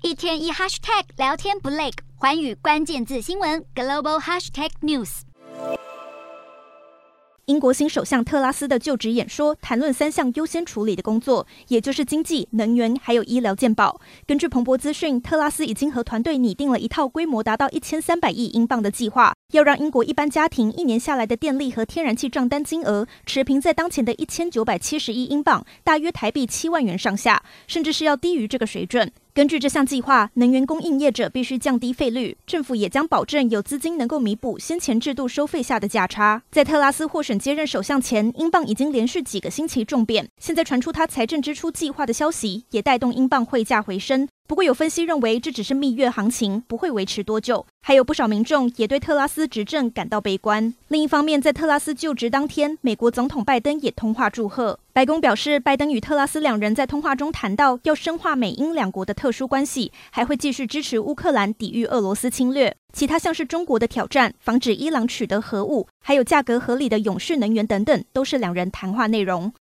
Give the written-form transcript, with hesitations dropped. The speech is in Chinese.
一天一 hashtag 聊天不累，寰宇关键字新闻 global hashtag news。 英国新首相特拉斯的就职演说谈论3项优先处理的工作，也就是经济、能源还有医疗健保。根据彭博资讯，特拉斯已经和团队拟定了一套规模达到1300亿英镑的计划，要让英国一般家庭1年下来的电力和天然气账单金额持平在当前的1970亿英镑，大约台币7万元上下，甚至是要低于这个水准。根据这项计划，能源供应业者必须降低费率，政府也将保证有资金能够弥补先前制度收费下的价差。在特拉斯获选接任首相前，英镑已经连续几个星期重贬，现在传出他财政支出计划的消息，也带动英镑汇价回升。不过有分析认为，这只是蜜月行情，不会维持多久。还有不少民众也对特拉斯执政感到悲观。另一方面，在特拉斯就职当天，美国总统拜登也通话祝贺。白宫表示，拜登与特拉斯两人在通话中谈到要深化美英两国的特殊关系，还会继续支持乌克兰抵御俄罗斯侵略。其他像是中国的挑战、防止伊朗取得核武，还有价格合理的永续能源等等，都是两人谈话内容。